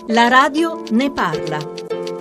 La radio ne parla.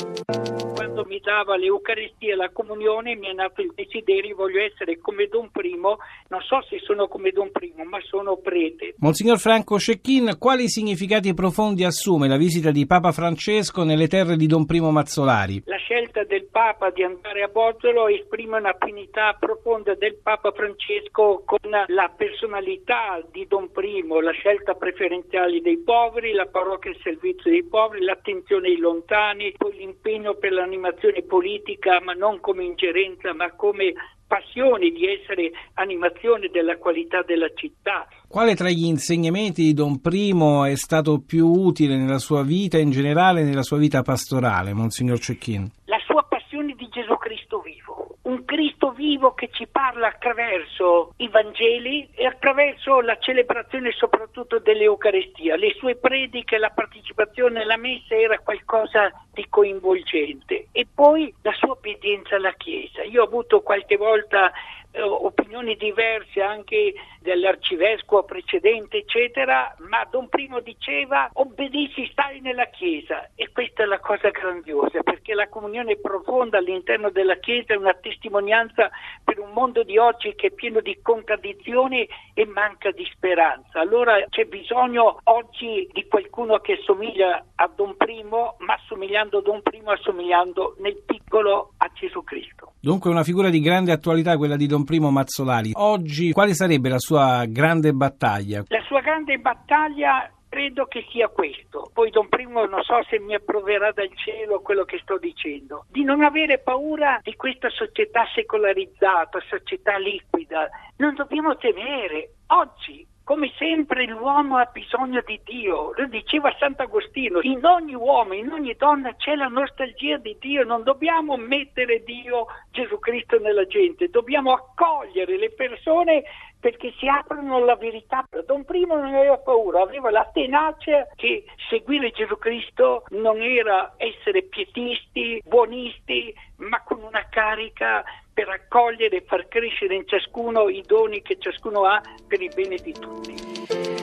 Quando mi dava l'Eucaristia e la comunione mi è nato il desiderio, voglio essere come Don Primo, non so se sono come Don Primo, ma sono prete. Monsignor Franco Cecchin, quali significati profondi assume la visita di Papa Francesco nelle terre di Don Primo Mazzolari? La scelta del Papa di andare a Bozzolo esprime un'affinità profonda del Papa Francesco con la personalità di Don Primo, la scelta preferenziale dei poveri, la parrocchia al servizio dei poveri, l'attenzione ai lontani, poi l'impegno per l'animazione politica, ma non come ingerenza, ma come passione di essere animazione della qualità della città. Quale tra gli insegnamenti di Don Primo è stato più utile nella sua vita e in generale nella sua vita pastorale, Monsignor Cecchin? La sua passione di Gesù Cristo vivo, un Cristo vivo che ci parla attraverso i Vangeli e attraverso la celebrazione soprattutto dell'Eucaristia. Le sue prediche, la partecipazione alla messa era qualcosa di coinvolgente. E poi la sua obbedienza alla Chiesa. Io ho avuto qualche volta opinioni diverse anche dell'arcivescovo precedente eccetera, ma Don Primo diceva obbedisci, stai nella Chiesa, e questa è la cosa grandiosa, perché la comunione profonda all'interno della Chiesa è una testimonianza per un mondo di oggi che è pieno di contraddizioni e manca di speranza. Allora c'è bisogno oggi di qualcuno che assomiglia a Don Primo, ma assomigliando a Don Primo, assomigliando nel piccolo a Gesù Cristo. Dunque una figura di grande attualità quella di Don Primo Mazzolari. Oggi quale sarebbe la sua grande battaglia? La sua grande battaglia credo che sia questo. Poi Don Primo non so se mi approverà dal cielo quello che sto dicendo. Di non avere paura di questa società secolarizzata, società liquida. Non dobbiamo temere. Oggi, come sempre, l'uomo ha bisogno di Dio. Lo diceva Sant'Agostino, in ogni uomo, in ogni donna c'è la nostalgia di Dio. Non dobbiamo mettere Dio, Gesù Cristo nella gente, dobbiamo accogliere le persone perché si aprono alla verità. Don Primo non aveva paura, aveva la tenacia che seguire Gesù Cristo non era essere pietisti, buonisti, ma con una carica per accogliere e far crescere in ciascuno i doni che ciascuno ha per il bene di tutti.